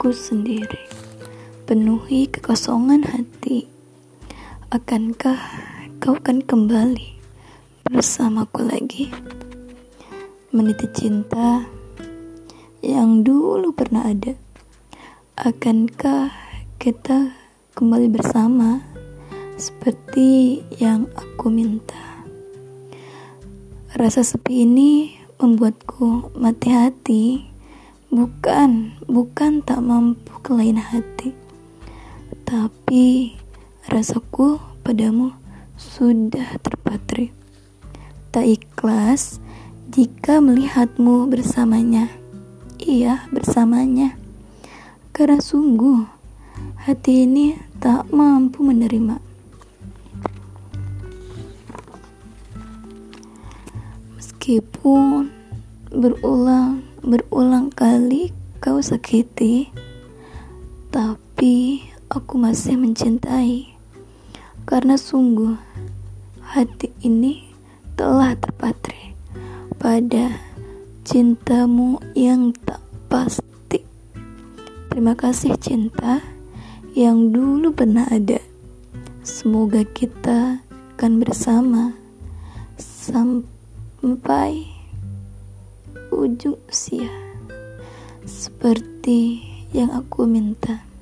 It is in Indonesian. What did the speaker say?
aku sendiri, penuhi kekosongan hati. Akankah kau akan kembali bersamaku lagi? Meniti cinta yang dulu pernah ada. Akankah kita kembali bersama seperti yang aku minta? Rasa sepi ini membuatku mati hati. Bukan tak mampu ke lain hati, tapi rasaku padamu sudah terpatri. Tak ikhlas jika melihatmu bersamanya. Iya, bersamanya. Karena sungguh hati ini tak mampu menerima. Meskipun berulang kali kau sakiti, tapi aku masih mencintai. Karena sungguh hati ini telah terpatri pada cintamu yang tak pasti. Terima kasih cinta yang dulu pernah ada. Semoga kita akan bersama sampai ujung usia, seperti yang aku minta.